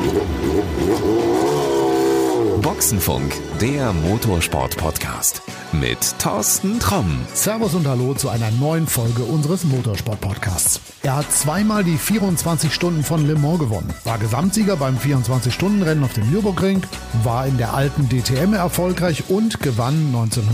Boxenfunk, der Motorsport-Podcast mit Thorsten Tromm. Servus und Hallo zu einer neuen Folge unseres Motorsport-Podcasts. Er hat zweimal die 24 Stunden von Le Mans gewonnen, war Gesamtsieger beim 24-Stunden-Rennen auf dem Nürburgring, war in der alten DTM erfolgreich und gewann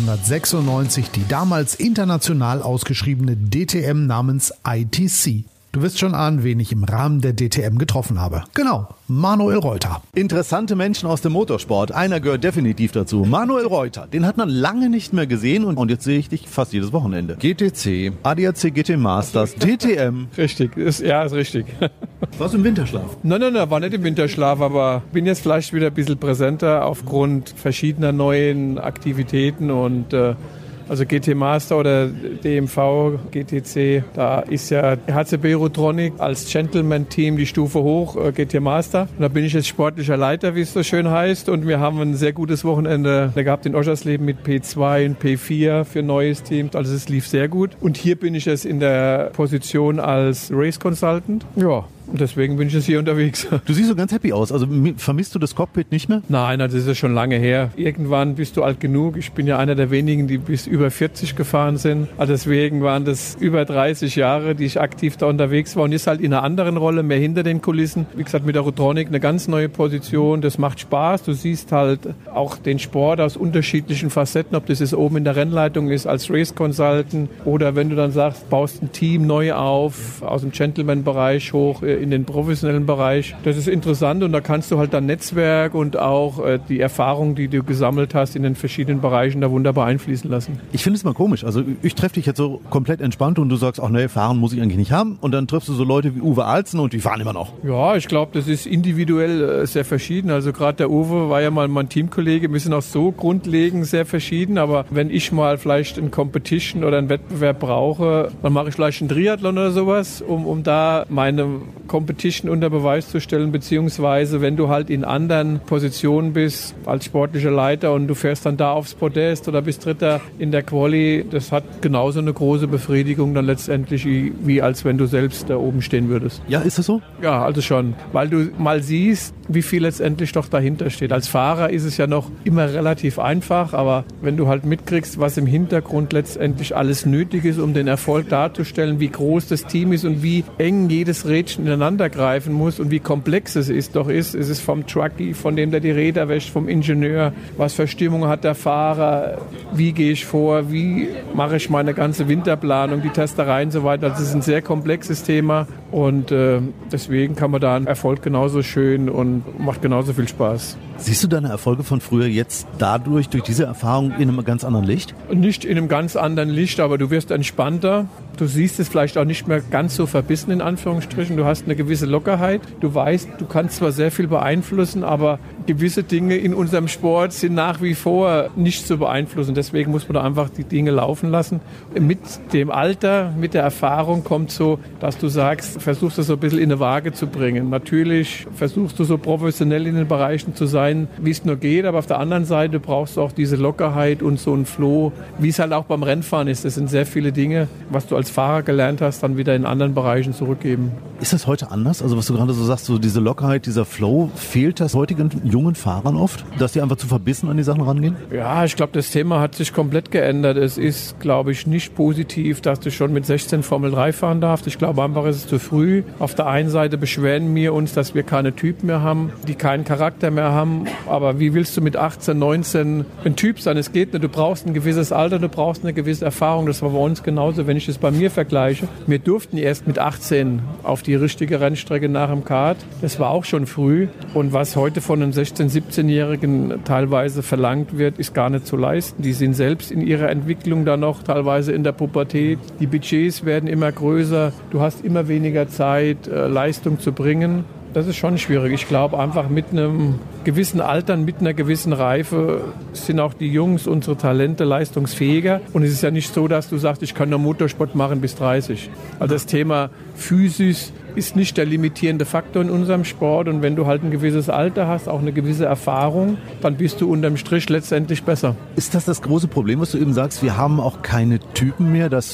1996 die damals international ausgeschriebene DTM namens ITC. Du wirst schon ahnen, wen ich im Rahmen der DTM getroffen habe. Genau, Manuel Reuter. Interessante Menschen aus dem Motorsport. Einer gehört definitiv dazu. Manuel Reuter. Den hat man lange nicht mehr gesehen und jetzt sehe ich dich fast jedes Wochenende. GTC, ADAC GT Masters, DTM. Richtig, ist richtig. Warst du im Winterschlaf? Nein, war nicht im Winterschlaf, aber bin jetzt vielleicht wieder ein bisschen präsenter aufgrund verschiedener neuen Aktivitäten und also GT Master oder DMV, GTC, da ist ja HCB Rotronic als Gentleman-Team die Stufe hoch, GT Master. Und da bin ich jetzt sportlicher Leiter, wie es so schön heißt. Und wir haben ein sehr gutes Wochenende gehabt in Oschersleben mit P2 und P4 für ein neues Team. Also es lief sehr gut. Und hier bin ich jetzt in der Position als Race Consultant. Ja. Und deswegen bin ich jetzt hier unterwegs. Du siehst so ganz happy aus. Also vermisst du das Cockpit nicht mehr? Nein, das ist ja schon lange her. Irgendwann bist du alt genug. Ich bin ja einer der wenigen, die bis über 40 gefahren sind. Also deswegen waren das über 30 Jahre, die ich aktiv da unterwegs war. Und jetzt halt in einer anderen Rolle, mehr hinter den Kulissen. Wie gesagt, mit der Rotronic eine ganz neue Position. Das macht Spaß. Du siehst halt auch den Sport aus unterschiedlichen Facetten. Ob das jetzt oben in der Rennleitung ist als Race Consultant oder wenn du dann sagst, baust ein Team neu auf, aus dem Gentleman-Bereich hoch in den professionellen Bereich. Das ist interessant und da kannst du halt dein Netzwerk und auch die Erfahrung, die du gesammelt hast in den verschiedenen Bereichen, da wunderbar einfließen lassen. Ich finde es mal komisch. Also ich treffe dich jetzt so komplett entspannt und du sagst, ach nee, fahren muss ich eigentlich nicht haben. Und dann triffst du so Leute wie Uwe Alzen und die fahren immer noch. Ja, ich glaube, das ist individuell sehr verschieden. Also gerade der Uwe war ja mal mein Teamkollege. Wir sind auch so grundlegend sehr verschieden. Aber wenn ich mal vielleicht eine Competition oder einen Wettbewerb brauche, dann mache ich vielleicht einen Triathlon oder sowas, um da meine Competition unter Beweis zu stellen, beziehungsweise wenn du halt in anderen Positionen bist als sportlicher Leiter und du fährst dann da aufs Podest oder bist Dritter in der Quali, das hat genauso eine große Befriedigung dann letztendlich, wie als wenn du selbst da oben stehen würdest. Ja, ist das so? Ja, also schon, weil du mal siehst, wie viel letztendlich doch dahinter steht. Als Fahrer ist es ja noch immer relativ einfach, aber wenn du halt mitkriegst, was im Hintergrund letztendlich alles nötig ist, um den Erfolg darzustellen, wie groß das Team ist und wie eng jedes Rädchen ineinander greifen muss und wie komplex es ist. Es ist vom Truckie, von dem der die Räder wäscht, vom Ingenieur, was für Stimmung hat der Fahrer, wie gehe ich vor, wie mache ich meine ganze Winterplanung, die Testereien und so weiter. Also es ist ein sehr komplexes Thema und deswegen kann man da einen Erfolg genauso schön und macht genauso viel Spaß. Siehst du deine Erfolge von früher jetzt dadurch, durch diese Erfahrung in einem ganz anderen Licht? Nicht in einem ganz anderen Licht, aber du wirst entspannter. Du siehst es vielleicht auch nicht mehr ganz so verbissen, in Anführungsstrichen. Du hast eine gewisse Lockerheit. Du weißt, du kannst zwar sehr viel beeinflussen, aber gewisse Dinge in unserem Sport sind nach wie vor nicht zu beeinflussen. Deswegen muss man da einfach die Dinge laufen lassen. Mit dem Alter, mit der Erfahrung kommt so, dass du sagst, versuchst das so ein bisschen in eine Waage zu bringen. Natürlich versuchst du so professionell in den Bereichen zu sein, wie es nur geht, aber auf der anderen Seite brauchst du auch diese Lockerheit und so einen Flow, wie es halt auch beim Rennfahren ist. Das sind sehr viele Dinge, was du als Fahrer gelernt hast, dann wieder in anderen Bereichen zurückgeben. Ist das heute anders? Also was du gerade so sagst, so diese Lockerheit, dieser Flow, fehlt das heutigen jungen Fahrern oft, dass die einfach zu verbissen an die Sachen rangehen? Ja, ich glaube, das Thema hat sich komplett geändert. Es ist, glaube ich, nicht positiv, dass du schon mit 16 Formel 3 fahren darfst. Ich glaube einfach, es ist zu früh. Auf der einen Seite beschweren wir uns, dass wir keine Typen mehr haben, die keinen Charakter mehr haben. Aber wie willst du mit 18, 19 ein Typ sein? Es geht nicht. Du brauchst ein gewisses Alter, du brauchst eine gewisse Erfahrung. Das war bei uns genauso, wenn ich es bei mir vergleiche. Wir durften erst mit 18 auf die richtige Rennstrecke nach dem Kart. Das war auch schon früh. Und was heute von einem 16-, 17-Jährigen teilweise verlangt wird, ist gar nicht zu leisten. Die sind selbst in ihrer Entwicklung dann noch teilweise in der Pubertät. Die Budgets werden immer größer. Du hast immer weniger Zeit, Leistung zu bringen. Das ist schon schwierig. Ich glaube einfach mit einem gewissen Alter, mit einer gewissen Reife sind auch die Jungs, unsere Talente leistungsfähiger. Und es ist ja nicht so, dass du sagst, ich kann nur Motorsport machen bis 30. Also das Thema Physis ist nicht der limitierende Faktor in unserem Sport. Und wenn du halt ein gewisses Alter hast, auch eine gewisse Erfahrung, dann bist du unterm Strich letztendlich besser. Ist das das große Problem, was du eben sagst? Wir haben auch keine Typen mehr, dass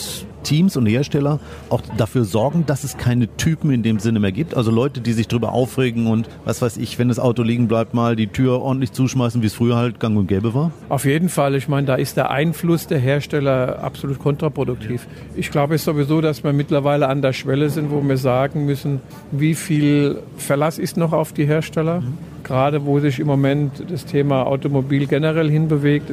Teams und Hersteller auch dafür sorgen, dass es keine Typen in dem Sinne mehr gibt? Also Leute, die sich drüber aufregen und was weiß ich, wenn das Auto liegen bleibt, mal die Tür ordentlich zuschmeißen, wie es früher halt gang und gäbe war? Auf jeden Fall. Ich meine, da ist der Einfluss der Hersteller absolut kontraproduktiv. Ich glaube es sowieso, dass wir mittlerweile an der Schwelle sind, wo wir sagen müssen, wie viel Verlass ist noch auf die Hersteller? Gerade wo sich im Moment das Thema Automobil generell hinbewegt,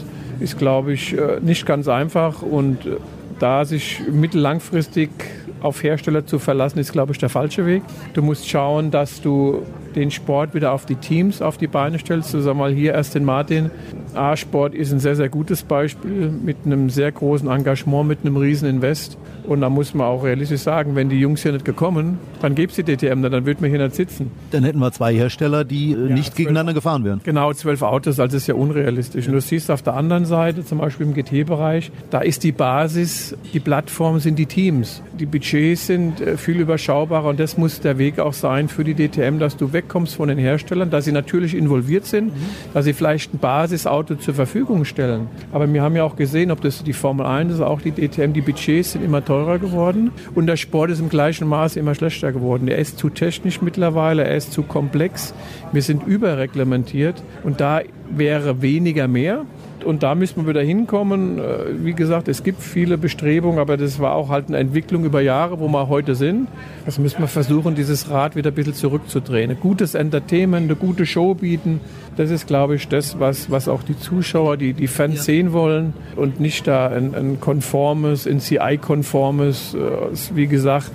ist glaube ich, nicht ganz einfach. Und da sich mittellangfristig auf Hersteller zu verlassen, ist, glaube ich, der falsche Weg. Du musst schauen, dass du den Sport wieder auf die Teams auf die Beine stellst. Du sag mal hier Aston Martin. A-Sport ist ein sehr, sehr gutes Beispiel mit einem sehr großen Engagement, mit einem riesen Invest. Und da muss man auch realistisch sagen, wenn die Jungs hier nicht gekommen, dann gäbe es die DTM, dann würden wir hier nicht sitzen. Dann hätten wir 2 Hersteller, die nicht gegeneinander gefahren wären. Genau, 12 Autos, also ist ja unrealistisch. Und du siehst auf der anderen Seite, zum Beispiel im GT-Bereich, da ist die Basis, die Plattform sind die Teams. Die Budgets sind viel überschaubarer und das muss der Weg auch sein für die DTM, dass du wegkommst von den Herstellern, dass sie natürlich involviert sind, dass sie vielleicht ein Basisauto zur Verfügung stellen. Aber wir haben ja auch gesehen, ob das die Formel 1 ist, auch die DTM, die Budgets sind immer teurer geworden und der Sport ist im gleichen Maße immer schlechter geworden. Er ist zu technisch mittlerweile, er ist zu komplex, wir sind überreglementiert und da wäre weniger mehr. Und da müssen wir wieder hinkommen. Wie gesagt, es gibt viele Bestrebungen, aber das war auch halt eine Entwicklung über Jahre, wo wir heute sind. Also müssen wir versuchen, dieses Rad wieder ein bisschen zurückzudrehen. Ein gutes Entertainment, eine gute Show bieten. Das ist, glaube ich, das, was auch die Zuschauer, die Fans sehen wollen. Und nicht da ein konformes, ein CI-konformes, wie gesagt,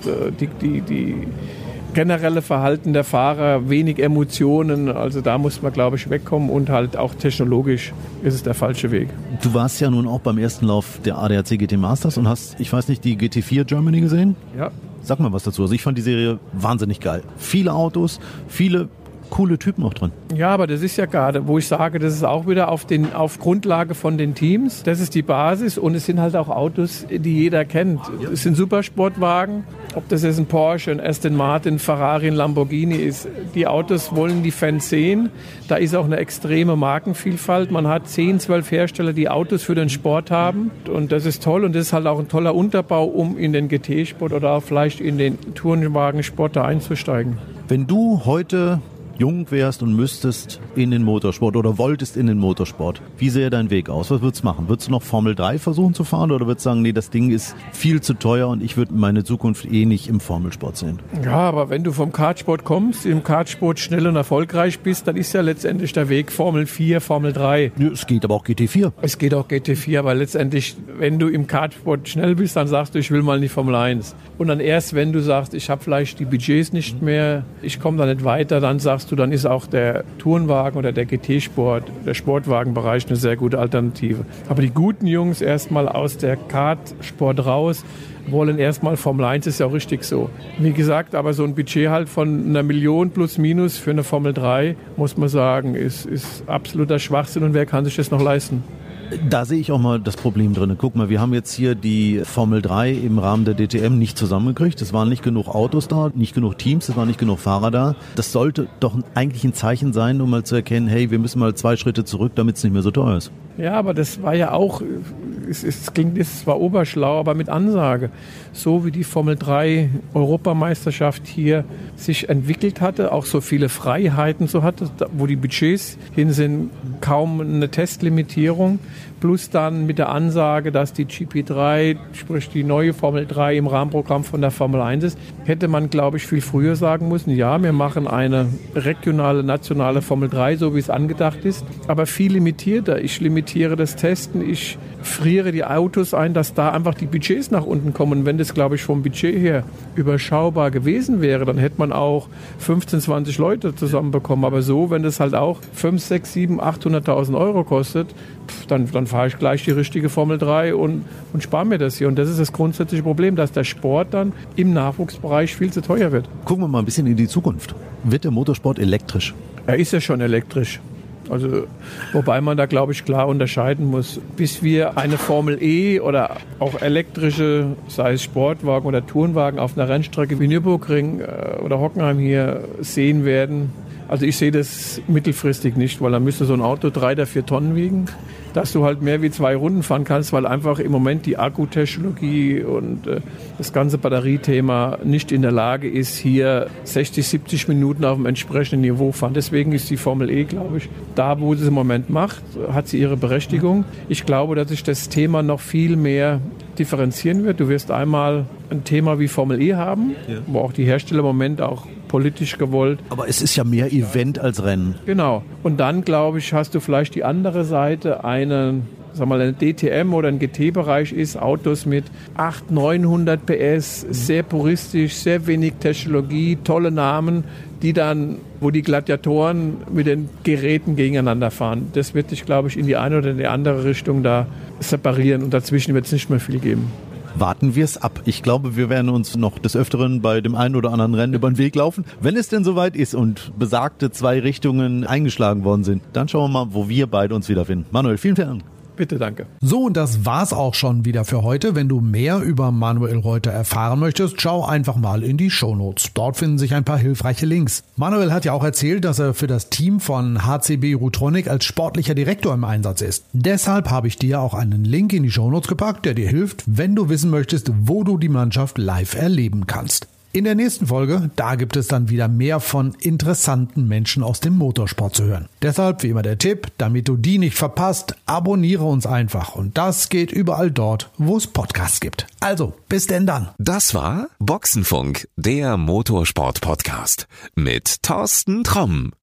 die generelle Verhalten der Fahrer, wenig Emotionen, also da muss man, glaube ich, wegkommen und halt auch technologisch ist es der falsche Weg. Du warst ja nun auch beim ersten Lauf der ADAC GT Masters und hast, ich weiß nicht, die GT4 Germany gesehen? Ja. Sag mal was dazu. Also ich fand die Serie wahnsinnig geil. Viele Autos, viele coole Typen auch drin. Ja, aber das ist ja gerade, wo ich sage, das ist auch wieder auf Grundlage von den Teams. Das ist die Basis und es sind halt auch Autos, die jeder kennt. Es sind Supersportwagen, ob das jetzt ein Porsche, ein Aston Martin, Ferrari, ein Lamborghini ist. Die Autos wollen die Fans sehen. Da ist auch eine extreme Markenvielfalt. Man hat 10, 12 Hersteller, die Autos für den Sport haben und das ist toll und das ist halt auch ein toller Unterbau, um in den GT-Sport oder auch vielleicht in den Tourenwagensport da einzusteigen. Wenn du heute jung wärst und müsstest in den Motorsport oder wolltest in den Motorsport, wie sähe dein Weg aus? Was würdest du machen? Würdest du noch Formel 3 versuchen zu fahren oder würdest du sagen, nee, das Ding ist viel zu teuer und ich würde meine Zukunft nicht im Formelsport sehen? Ja, aber wenn du vom Kartsport kommst, im Kartsport schnell und erfolgreich bist, dann ist ja letztendlich der Weg Formel 4, Formel 3. Ja, es geht aber auch GT4. Es geht auch GT4, aber letztendlich, wenn du im Kartsport schnell bist, dann sagst du, ich will mal in die Formel 1. Und dann erst, wenn du sagst, ich habe vielleicht die Budgets nicht mehr, ich komme da nicht weiter, dann sagst du, dann ist auch der Tourenwagen oder der GT-Sport, der Sportwagenbereich eine sehr gute Alternative. Aber die guten Jungs erstmal aus der Kartsport raus, wollen erstmal Formel 1, ist ja auch richtig so. Wie gesagt, aber so ein Budget halt von 1 Million plus minus für eine Formel 3, muss man sagen, ist absoluter Schwachsinn und wer kann sich das noch leisten? Da sehe ich auch mal das Problem drin. Guck mal, wir haben jetzt hier die Formel 3 im Rahmen der DTM nicht zusammengekriegt. Es waren nicht genug Autos da, nicht genug Teams, es waren nicht genug Fahrer da. Das sollte doch eigentlich ein Zeichen sein, um mal zu erkennen, hey, wir müssen mal 2 Schritte zurück, damit es nicht mehr so teuer ist. Ja, aber das war ja auch, es klingt, es war oberschlau, aber mit Ansage. So wie die Formel 3 Europameisterschaft hier sich entwickelt hatte, auch so viele Freiheiten so hatte, wo die Budgets hin sind, kaum eine Testlimitierung, plus dann mit der Ansage, dass die GP3, sprich die neue Formel 3 im Rahmenprogramm von der Formel 1 ist, hätte man, glaube ich, viel früher sagen müssen, ja, wir machen eine regionale, nationale Formel 3, so wie es angedacht ist, aber viel limitierter. Ich limitiere das Testen, ich friere die Autos ein, dass da einfach die Budgets nach unten kommen. Wenn das, glaube ich, vom Budget her überschaubar gewesen wäre, dann hätte man auch 15, 20 Leute zusammenbekommen. Aber so, wenn das halt auch 5, 6, 7, 800.000 Euro kostet, dann fahre ich gleich die richtige Formel 3 und spare mir das hier. Und das ist das grundsätzliche Problem, dass der Sport dann im Nachwuchsbereich viel zu teuer wird. Gucken wir mal ein bisschen in die Zukunft. Wird der Motorsport elektrisch? Er ist ja schon elektrisch. Also, wobei man da, glaube ich, klar unterscheiden muss. Bis wir eine Formel E oder auch elektrische, sei es Sportwagen oder Tourenwagen auf einer Rennstrecke wie Nürburgring oder Hockenheim hier sehen werden, Also ich sehe das mittelfristig nicht, weil dann müsste so ein Auto 3 oder 4 Tonnen wiegen, dass du halt mehr wie 2 Runden fahren kannst, weil einfach im Moment die Akkutechnologie und das ganze Batteriethema nicht in der Lage ist, hier 60, 70 Minuten auf dem entsprechenden Niveau fahren. Deswegen ist die Formel E, glaube ich, da, wo sie es im Moment macht, hat sie ihre Berechtigung. Ich glaube, dass sich das Thema noch viel mehr differenzieren wird. Du wirst einmal ein Thema wie Formel E haben, wo auch die Hersteller im Moment auch politisch gewollt. Aber es ist ja mehr Event als Rennen. Genau. Und dann, glaube ich, hast du vielleicht die andere Seite, eine DTM oder ein GT-Bereich ist, Autos mit 800, 900 PS, sehr puristisch, sehr wenig Technologie, tolle Namen, die dann, wo die Gladiatoren mit den Geräten gegeneinander fahren. Das wird sich, glaube ich, in die eine oder in die andere Richtung da separieren und dazwischen wird es nicht mehr viel geben. Warten wir es ab. Ich glaube, wir werden uns noch des Öfteren bei dem einen oder anderen Rennen über den Weg laufen. Wenn es denn soweit ist und besagte 2 Richtungen eingeschlagen worden sind, dann schauen wir mal, wo wir beide uns wiederfinden. Manuel, vielen Dank. Bitte, danke. So, und das war's auch schon wieder für heute. Wenn du mehr über Manuel Reuter erfahren möchtest, schau einfach mal in die Shownotes. Dort finden sich ein paar hilfreiche Links. Manuel hat ja auch erzählt, dass er für das Team von HCB Rutronic als sportlicher Direktor im Einsatz ist. Deshalb habe ich dir auch einen Link in die Shownotes gepackt, der dir hilft, wenn du wissen möchtest, wo du die Mannschaft live erleben kannst. In der nächsten Folge, da gibt es dann wieder mehr von interessanten Menschen aus dem Motorsport zu hören. Deshalb wie immer der Tipp, damit du die nicht verpasst, abonniere uns einfach. Und das geht überall dort, wo es Podcasts gibt. Also, bis denn dann. Das war Boxenfunk, der Motorsport-Podcast mit Thorsten Tromm.